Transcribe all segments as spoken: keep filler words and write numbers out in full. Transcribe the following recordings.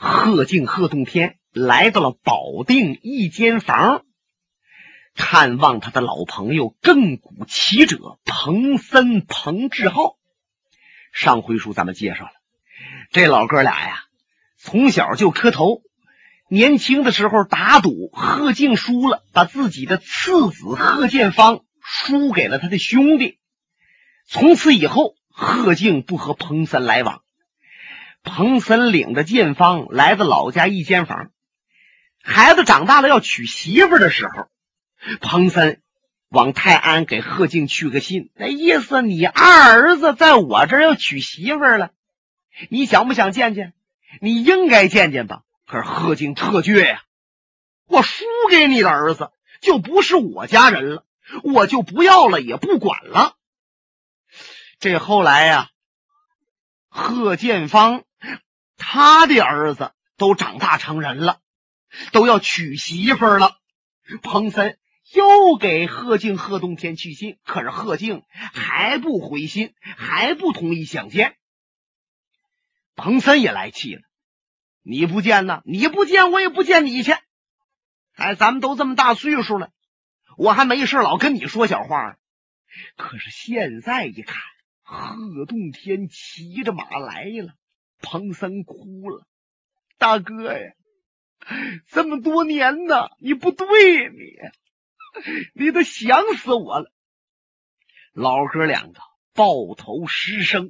贺敬、贺洞天来到了保定一间房，看望他的老朋友亘古奇者彭森、彭志浩。上回书咱们介绍了，这老哥俩呀，从小就磕头，年轻的时候打赌，贺敬输了，把自己的次子贺建芳输给了他的兄弟。从此以后，贺敬不和彭森来往。彭森领着建芳来到老家一间房，孩子长大了要娶媳妇的时候，彭森往泰安给贺敬去个信，那意思你二儿子在我这儿要娶媳妇了，你想不想见见？你应该见见吧。可是贺敬特倔呀，我输给你的儿子就不是我家人了，我就不要了，也不管了。这后来呀，贺建芳他的儿子都长大成人了，都要娶媳妇了。彭森又给贺敬、贺洞天去信，可是贺敬还不回信，还不同意相见。彭森也来气了，你不见呢，你不见我也不见你去。哎，咱们都这么大岁数了，我还没事老跟你说小话呢。可是现在一看，贺洞天骑着马来了，彭森哭了，大哥呀，这么多年呢，你不对，你你都想死我了。老哥两个抱头失声。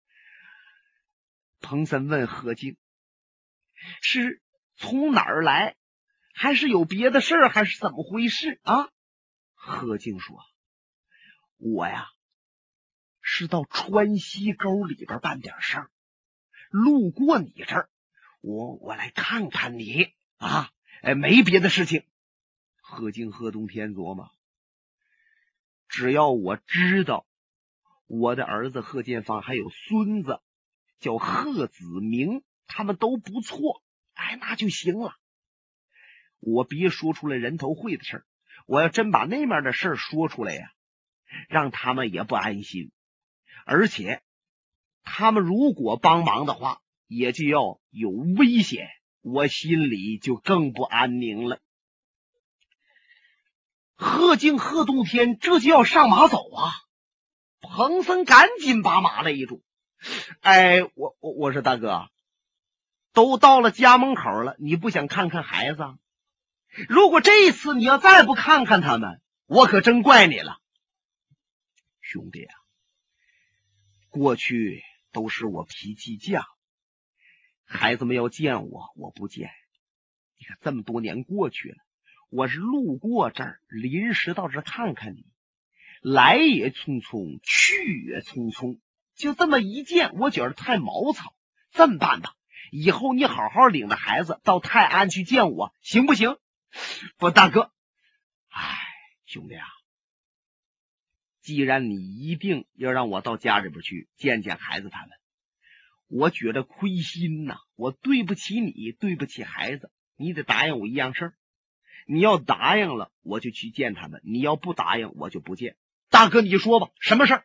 彭森问贺敬，是从哪儿来，还是有别的事儿，还是怎么回事啊？贺敬说，我呀是到川西沟里边办点事儿，路过你这儿，我我来看看你啊，哎，没别的事情。贺敬、贺洞天琢磨，只要我知道我的儿子贺建芳还有孙子叫贺子明，他们都不错，哎，那就行了。我别说出来人头会的事儿，我要真把那面的事儿说出来呀，让他们也不安心。而且他们如果帮忙的话，也就要有危险，我心里就更不安宁了。贺敬、贺洞天这就要上马走啊！彭森赶紧把马勒住。哎，我我我说大哥，都到了家门口了，你不想看看孩子？如果这一次你要再不看看他们，我可真怪你了。兄弟啊，过去都是我脾气犟，孩子们要见我，我不见。你看这么多年过去了，我是路过这儿，临时到这儿看看你，来也匆匆，去也匆匆，就这么一见，我觉得太毛草。这么办吧，以后你好好领着孩子到泰安去见我，行不行？不，大哥，哎，兄弟啊，既然你一定要让我到家里边去见见孩子他们，我觉得亏心呐，我对不起你，对不起孩子，你得答应我一样事儿。你要答应了，我就去见他们；你要不答应，我就不见。大哥，你说吧，什么事儿？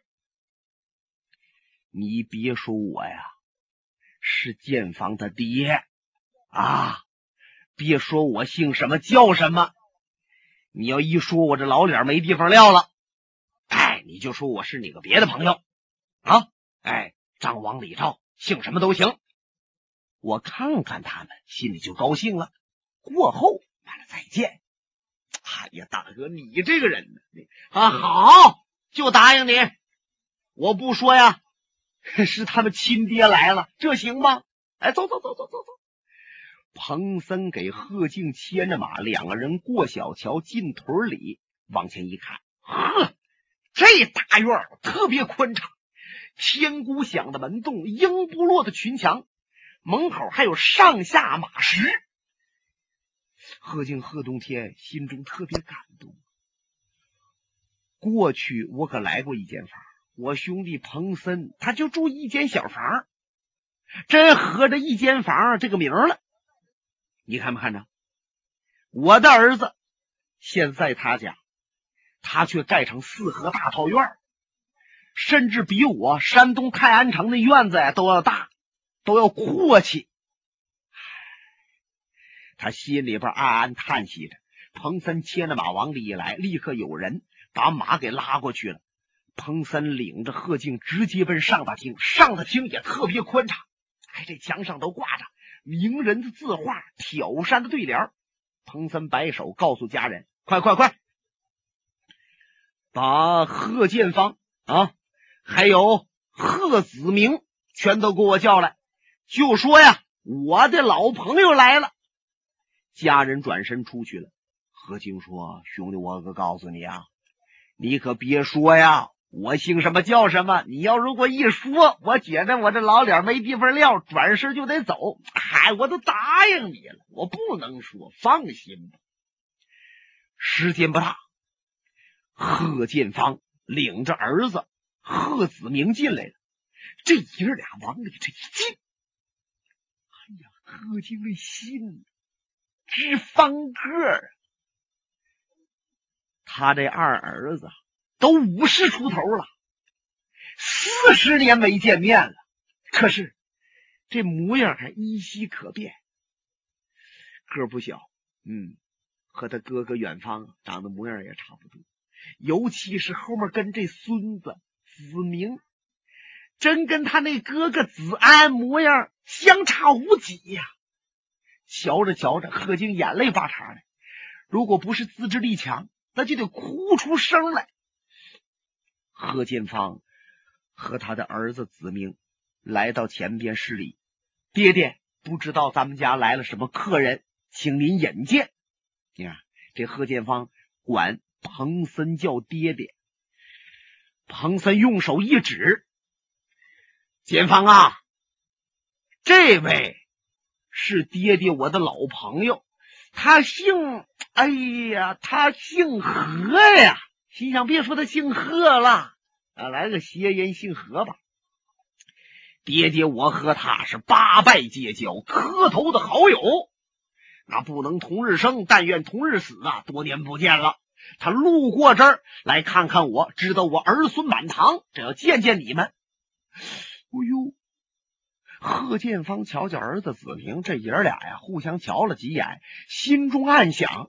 你别说我呀，是建芳他爹啊！别说我姓什么叫什么，你要一说我这老脸没地方撂了，哎，你就说我是你个别的朋友啊！哎，张王李赵，姓什么都行。我看看他们，心里就高兴了。过后完了再见。哎呀，大哥，你这个人呢啊，好，就答应你。我不说呀，是他们亲爹来了，这行吗？哎，走走走走走走。彭森给贺敬牵着马，两个人过小桥进屯里，往前一看，呵，这大院特别宽敞，天鼓响的门洞，鹰部落的群墙，门口还有上下马石。贺敬、贺洞天心中特别感动。过去我可来过一间房，我兄弟彭森他就住一间小房，真合着一间房这个名了。你看没看着？我的儿子现在他家，他却盖成四合大套院，甚至比我山东泰安城的院子呀都要大，都要阔气。 他心里边暗暗叹息着。彭森牵着马往里一来，立刻有人把马给拉过去了。彭森领着贺敬直接奔上大厅，上大厅也特别宽敞，哎，这墙上都挂着名人的字画、挑山的对联。彭森摆手告诉家人：快快快，把贺建芳啊还有贺子明全都给我叫来，就说呀我的老朋友来了。家人转身出去了。贺敬说：兄弟，我可告诉你啊，你可别说呀我姓什么叫什么，你要如果一说，我觉得我这老脸没地方撂，转身就得走。嗨，我都答应你了，我不能说，放心吧。时间不大，贺建芳领着儿子贺子明进来了。这爷俩往里这一进，哎呀，贺敬的心直翻个儿。他这二儿子都五十出头了，四十年没见面了，可是这模样还依稀可辨。个不小，嗯，和他哥哥远方长得模样也差不多，尤其是后面跟这孙子子明，真跟他那哥哥子安模样相差无几呀。瞧着瞧着，贺敬眼泪巴叉的，如果不是自制力强，那就得哭出声来。贺建芳和他的儿子子明来到前边施礼：爹爹，不知道咱们家来了什么客人，请您引荐。你看这贺建芳管彭森叫爹爹。彭森用手一指：建芳啊，这位是爹爹我的老朋友，他姓哎呀他姓何呀。心想别说他姓贺了啊，来个谐音姓何吧。爹爹我和他是八拜结交，磕头的好友，那不能同日生，但愿同日死啊！多年不见了，他路过这儿来看看我，知道我儿孙满堂，这要见见你们。哎呦，贺建芳瞧瞧儿子子明，这爷俩呀互相瞧了几眼，心中暗想：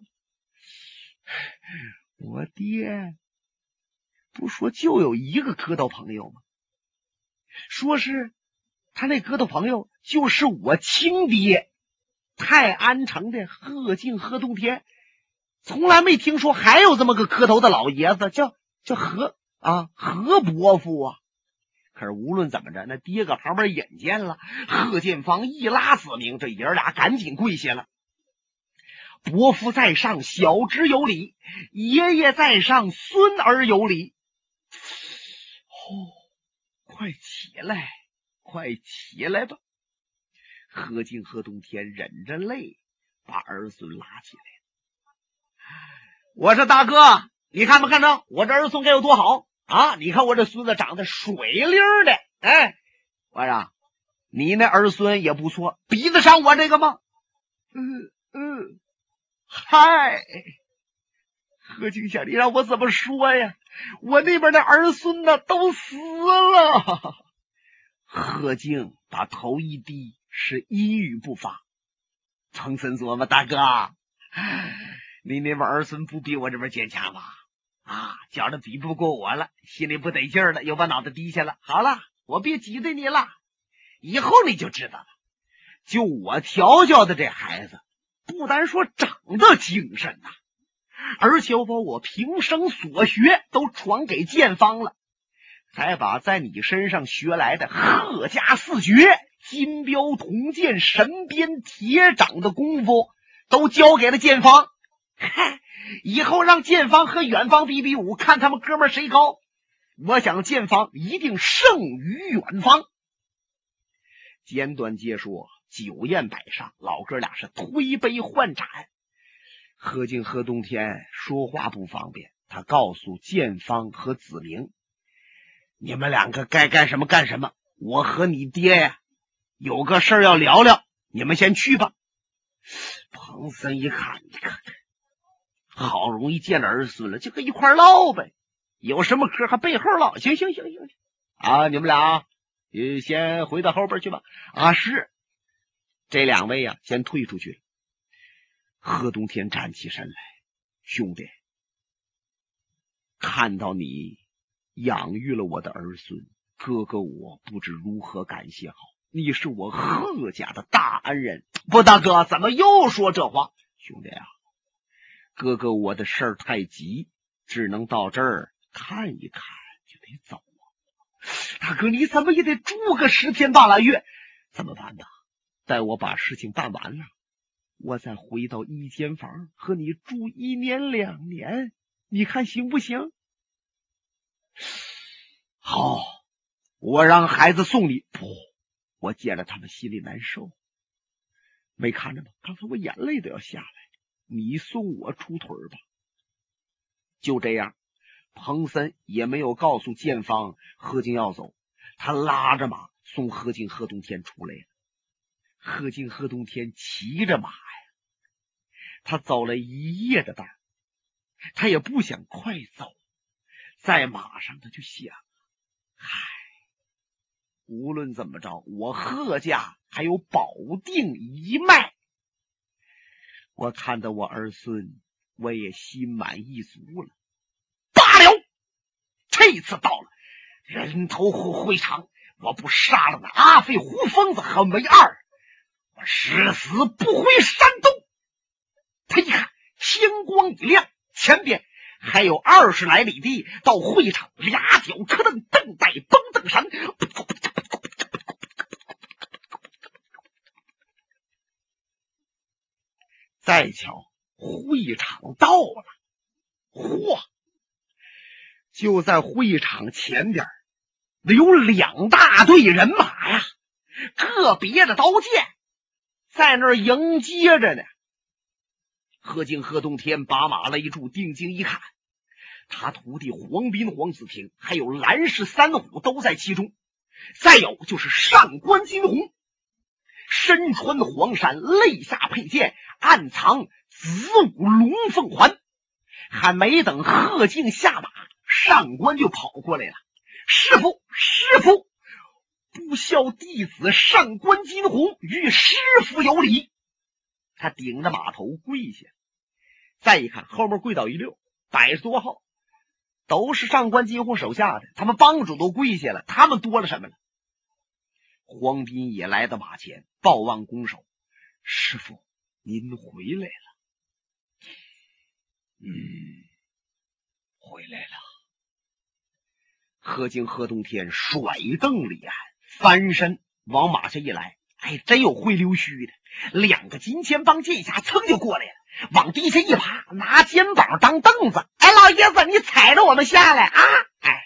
我爹不说就有一个磕头朋友吗？说是他那磕头朋友就是我亲爹泰安城的贺敬贺洞天，从来没听说还有这么个磕头的老爷子，叫叫何啊何伯父啊。可是无论怎么着，那爹搁旁边引荐了，贺建芳一拉子明，这爷俩赶紧跪下了。伯父在上，小侄有礼；爷爷在上，孙儿有礼。哦，快起来，快起来吧！贺敬贺洞天忍着泪把儿孙拉起来。我说大哥，你看没看着我这儿孙该有多好啊？你看我这孙子长得水灵的，哎，我说你那儿孙也不错，比得上我这个吗？嗯嗯，嗨，贺敬想，你让我怎么说呀？我那边的儿孙呢都死了。贺敬把头一低，是一语不发。彭森琢磨，大哥，你那边儿孙不比我这边坚强吧？啊，觉得比不过我了，心里不得劲儿了，又把脑袋低下了。好了，我别挤兑你了，以后你就知道了。就我调教的这孩子，不单说长得精神呐、啊，而且我把我平生所学都传给建芳了，还把在你身上学来的贺家四绝、金镖铜剑、神鞭铁掌的功夫都交给了建芳。嗨，以后让建芳和远方比比武，看他们哥们谁高。我想建芳一定胜于远方。简短接说，酒宴摆上，老哥俩是推杯换盏。贺敬贺洞天说话不方便，他告诉建芳和子明，你们两个该干什么干什么，我和你爹呀有个事儿要聊聊，你们先去吧。彭森一看，你看好容易见了儿孙了，就跟一块唠呗，有什么嗑还背后唠，行行行行行啊，你们俩呃先回到后边去吧。啊，是这两位啊先退出去了。 贺冬天站起身来，兄弟，看到你养育了我的儿孙，哥哥我不知如何感谢好。你是我贺家的大恩人。不，大哥，怎么又说这话？兄弟啊，哥哥我的事儿太急，只能到这儿看一看就得走啊。大哥，你怎么也得住个十天半拉月。怎么办呢？待我把事情办完了，我再回到一间房和你住一年两年，你看行不行？好，我让孩子送你。不，我见了他们心里难受。没看着吗？刚才我眼泪都要下来。你送我出腿吧。就这样，彭森也没有告诉建芳何静要走，他拉着马送何静、何冬天出来了。何静、何冬天骑着马呀，他走了一夜的道，他也不想快走，在马上他就想，嗨，无论怎么着，我贺家还有保定一脉，我看到我儿孙，我也心满意足了。罢了，这次到了人头户会场，我不杀了那阿飞、胡疯子和梅二，我誓死不回山东。他一看天光一亮，前边还有二十来里地到会场，俩脚磕蹬，蹬带崩蹬闪，再瞧会场到了，嚯！就在会场前边有两大队人马呀，个别的刀剑在那儿迎接着呢。贺静、贺冬天把马勒住，定睛一看，他徒弟黄斌、黄子平还有蓝氏三虎都在其中，再有就是上官金鸿，身穿黄衫，肋下佩剑，暗藏子午龙凤环。还没等贺静下马，上官就跑过来了。师傅，师傅，不孝弟子上官金鸿与师傅有礼。他顶着马头跪下，再一看后面跪倒一溜，百十多号都是上官金鸿手下的，他们帮主都跪下了，他们多了什么了？黄斌也来到马前，抱望拱手，师傅您回来了。嗯，回来了。贺静、贺冬天甩蹬李安，翻身往马下一来，哎，真有会溜须的，两个金钱帮剑侠噌就过来了，往地下一趴，拿肩膀当凳子。哎，老爷子，你踩着我们下来啊！哎，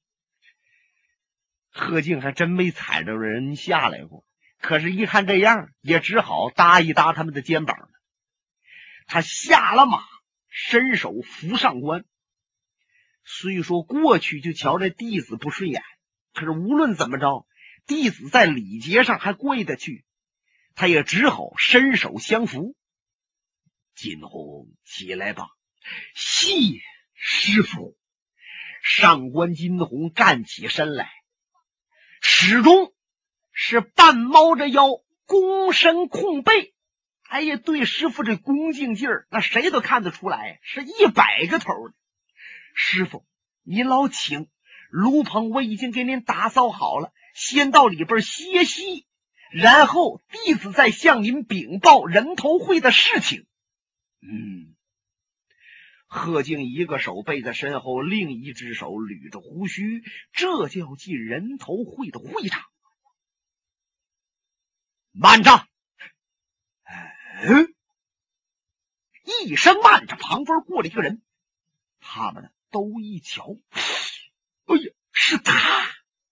贺静还真没踩着人下来过，可是一看这样，也只好搭一搭他们的肩膀了。他下了马，伸手扶上官。虽说过去就瞧这弟子不顺眼，可是无论怎么着，弟子在礼节上还过意得去，他也只好伸手相扶。金鸿，起来吧。谢师傅。上官金鸿站起身来，始终是半猫着腰，躬身空背。哎呀，对师傅这恭敬劲儿，那谁都看得出来，是一百个头的。师傅您老请，炉棚我已经给您打扫好了，先到里边歇息，然后弟子再向您禀报人头会的事情。嗯，贺静一个手背在身后，另一只手捋着胡须，这叫进人头会的会场。慢着！嗯，一声慢着，旁边过了一个人，他们呢都一瞧，哎呀，是他！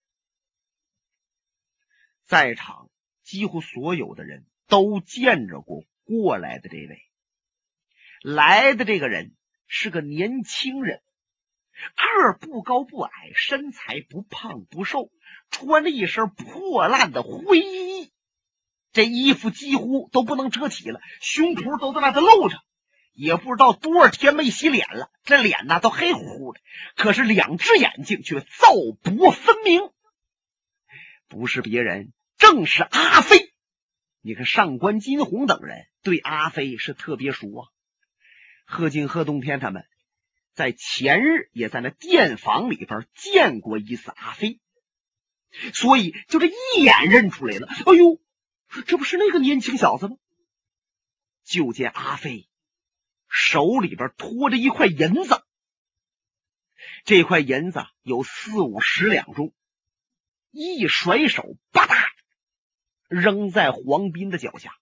在场几乎所有的人都见着过过来的这位。来的这个人是个年轻人，个儿不高不矮，身材不胖不瘦，穿着一身破烂的灰衣，这衣服几乎都不能遮体了，胸脯都在那里露着，也不知道多少天没洗脸了，这脸呢都黑乎乎的，可是两只眼睛却皂薄分明，不是别人，正是阿飞。 你看上官金鸿等人对阿飞是特别熟啊。贺敬、贺冬天他们在前日也在那店房里边见过一次阿飞，所以就这一眼认出来了。哎呦，这不是那个年轻小子吗？就见阿飞手里边托着一块银子，这块银子有四五十两重，一甩手，吧嗒扔在黄斌的脚下。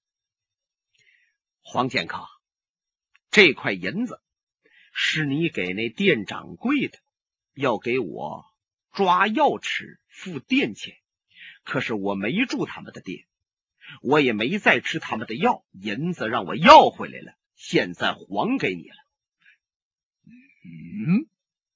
黄剑客，这块银子是你给那店掌柜的，要给我抓药吃付店钱，可是我没住他们的店，我也没再吃他们的药，银子让我要回来了，现在还给你了。嗯，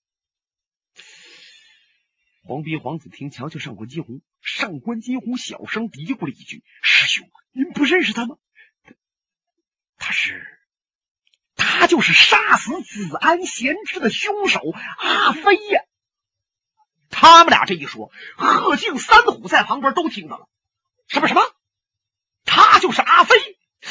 黄斌、黄子婷瞧瞧上官金鸿，上官金鸿小声嘀咕了一句：“师兄，您不认识他吗？他是，他就是杀死子安贤侄的凶手阿飞呀！”他们俩这一说，贺敬、三虎在旁边都听到了。什么什么？他就是阿飞？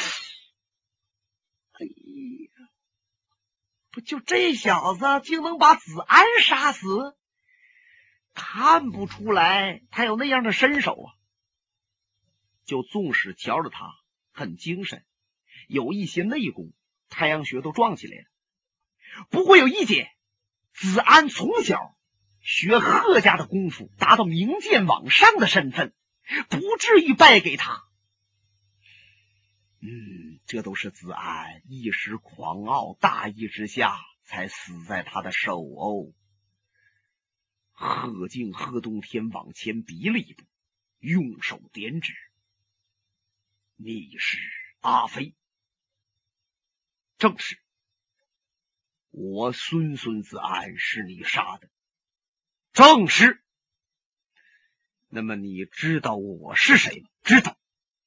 哎呀，不就这小子竟能把子安杀死？看不出来他有那样的身手啊！就纵使瞧着他很精神，有一些内功，太阳穴都撞起来了。不过有一点，子安从小学贺家的功夫，达到名剑往上的身份，不至于败给他。嗯，这都是子安一时狂傲大意之下才死在他的手哦。贺敬、贺冬天往前逼了一步，用手点指：“你是阿飞？”“正是。”“我孙孙子安是你杀的？”“正是。”“那么你知道我是谁吗？”“知道。”“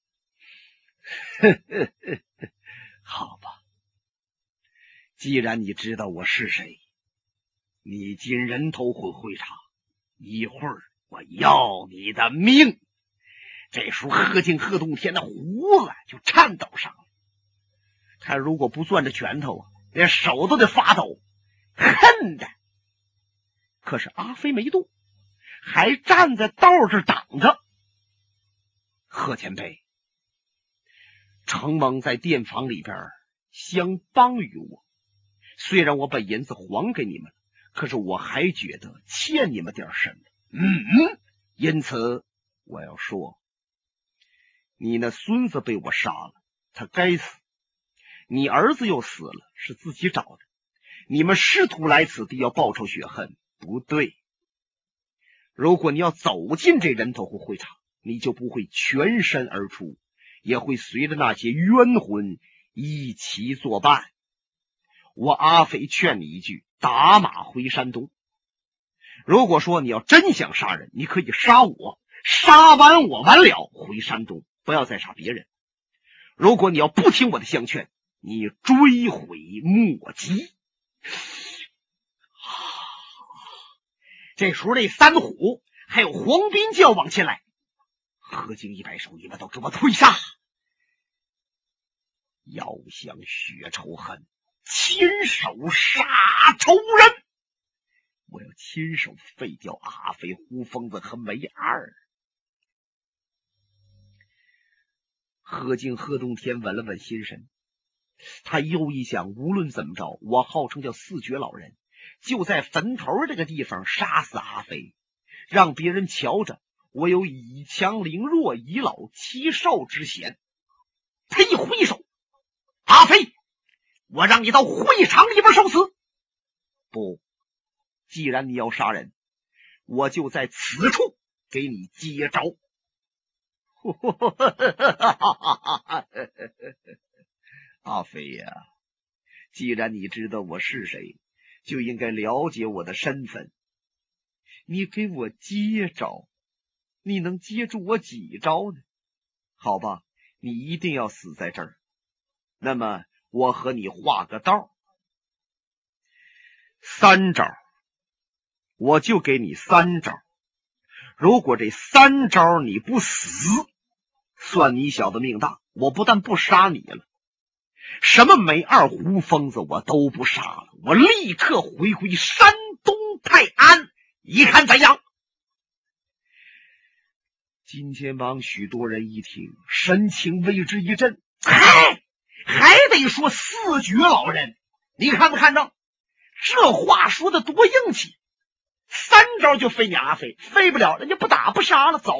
好吧，既然你知道我是谁，你进人头会会场，一会儿我要你的命。”这时候贺敬、贺冬天的胡子就颤抖上了，他如果不攥着拳头啊，连手都得发抖，恨的。可是阿飞没动，还站在道这挡着。“贺前辈，承蒙在店房里边相帮于我，虽然我把银子还给你们，可是我还觉得欠你们点什么。嗯，因此我要说，你那孙子被我杀了，他该死；你儿子又死了，是自己找的。你们试图来此地要报仇雪恨，不对。如果你要走进这人头户会场，你就不会全身而出，也会随着那些冤魂一起作伴。我阿飞劝你一句，打马回山东。如果说你要真想杀人，你可以杀我，杀完我完了回山东，不要再杀别人。如果你要不听我的相劝，你追悔莫及。”这时候这三虎还有黄斌就要往前来，贺敬一摆手：“你们都给我退下！要想雪仇恨，亲手杀仇人！我要亲手废掉阿飞、胡疯子和梅二。”贺敬、贺冬天稳了稳心神，他又一想，无论怎么着，我号称叫四绝老人，就在坟头这个地方杀死阿飞，让别人瞧着我有以强凌弱、以老欺少之嫌。他一挥手：“阿飞，我让你到会场里边受死！”“不，既然你要杀人，我就在此处给你接招。”阿飞呀，既然你知道我是谁，就应该了解我的身份。你给我接招，你能接住我几招呢？好吧，你一定要死在这儿。那么我和你画个道，三招，我就给你三招。如果这三招你不死， 算你小子命大，我不但不杀你了，什么梅二胡疯子我都不杀了，我立刻回归山东泰安，你看怎样？金钱帮许多人一听，神情为之一振。嗨，还得说四绝老人，你看不看着？这话说的多硬气，三招就飞你阿飞，飞不了人家不打不杀了，走。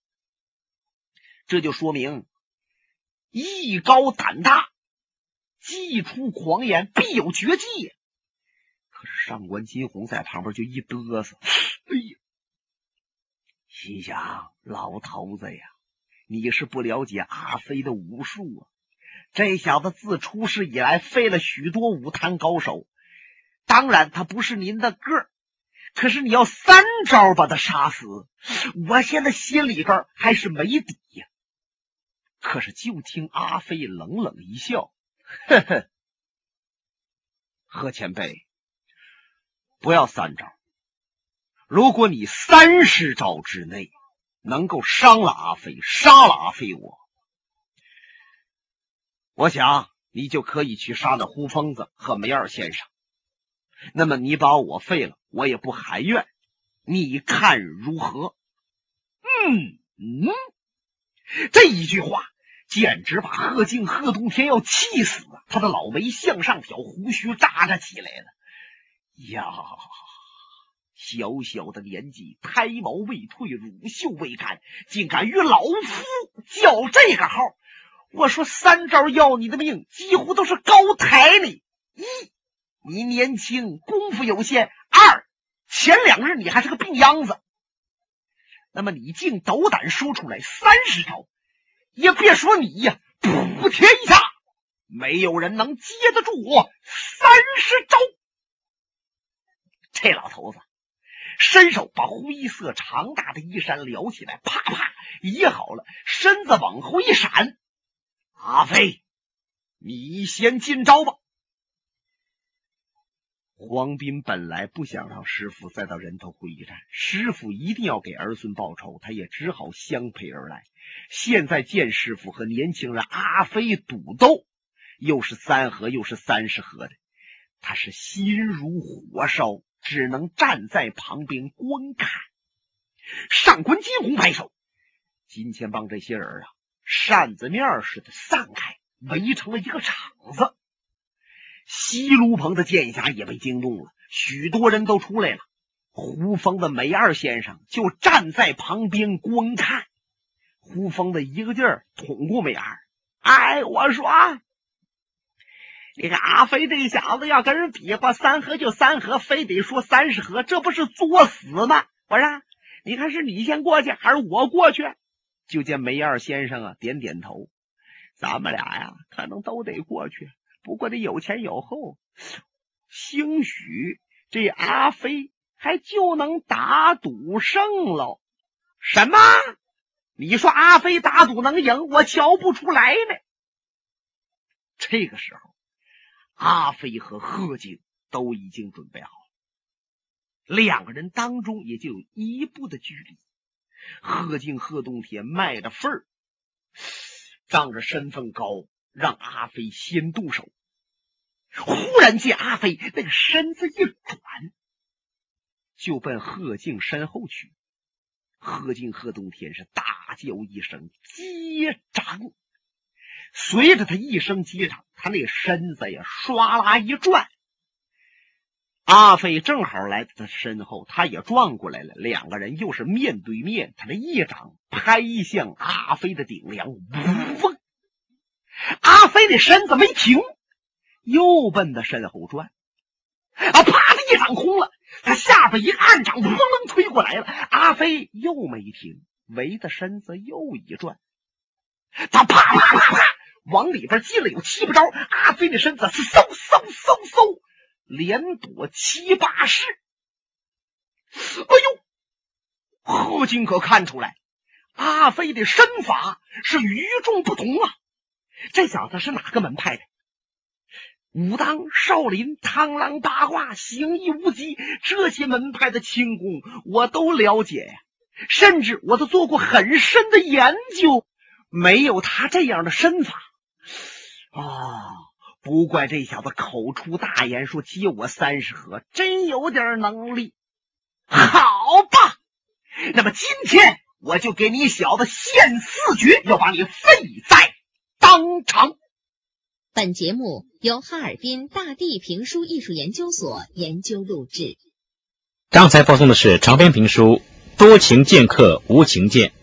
这就说明艺高胆大，技出狂言，必有绝技。可是上官金鸿在旁边就一嘚瑟，哎呀，心想老头子呀，你是不了解阿飞的武术啊！这小子自出世以来废了许多武坛高手，当然他不是您的个儿，可是你要三招把他杀死，我现在心里边还是没底呀。可是就听阿飞冷冷一笑，呵呵，贺前辈，不要三招，如果你三十招之内能够伤了阿飞，杀了阿飞我，我想你就可以去杀那胡疯子和梅二先生。那么你把我废了，我也不含怨，你看如何？嗯嗯，这一句话简直把贺敬贺冬天要气死了，他的老眉向上挑，胡须扎扎起来了。呀，小小的年纪，胎毛未退，乳臭未干，竟敢与老夫叫这个号！我说三招要你的命，几乎都是高抬你。一，你年轻，功夫有限；二，前两日你还是个病秧子。那么你竟斗胆说出来三十招，也别说你呀，普天下没有人能接得住我三十招。这老头子伸手把灰色长大的衣衫撩起来，啪啪掖好了，身子往后一闪。阿飞，你先进招吧。黄斌本来不想让师傅再到人头会议站，师傅一定要给儿孙报仇，他也只好相陪而来。现在见师傅和年轻人阿飞赌斗，又是三合又是三十合的，他是心如火烧，只能站在旁边观看。上官金鸿摆手，金钱帮这些人啊，扇子面似的散开，围成了一个场子。西卢棚的剑侠也被惊动了，许多人都出来了。胡峰的梅二先生就站在旁边观看。胡峰的一个劲儿捅过梅二，哎，我说你看阿飞这小子要跟人比划三合就三合，非得说三十合，这不是作死吗？我说你看是你先过去还是我过去？就见梅二先生啊点点头，咱们俩呀可能都得过去，不过得有前有后，兴许这阿飞还就能打赌胜喽。什么？你说阿飞打赌能赢？我瞧不出来呢。这个时候阿飞和贺敬都已经准备好了，两个人当中也就有一步的距离。贺敬贺冬天卖着份儿，仗着身份高，让阿飞先动手。忽然间阿飞那个身子一转，就奔贺敬身后去。贺敬贺冬天是大叫一声接掌，随着他一声接掌，他那身子呀唰啦一转，阿飞正好来到他身后，他也转过来了，两个人又是面对面，他的一掌拍向阿飞的顶梁，呜，阿飞的身子没停，又奔他身后转，啊，啪的一掌空了，他下边一个暗掌砰楞推过来了，阿飞又没停，围着身子又一转，他啪啪啪啪往里边进了有七八招，阿飞的身子是嗖嗖嗖嗖连躲七八式。哎呦，贺敬可看出来阿飞的身法是与众不同啊，这小子是哪个门派的？武当、少林、螳螂八卦、形意无极，这些门派的轻功我都了解呀，甚至我都做过很深的研究。 没有他这样的身法啊！不怪这小子口出大言，说借我三十合，真有点能力。好吧，那么今天我就给你小子现四绝，要把你废在当场。 本节目由哈尔滨大地评书艺术研究所研究录制。 刚才播送的是长篇评书《多情剑客无情剑》，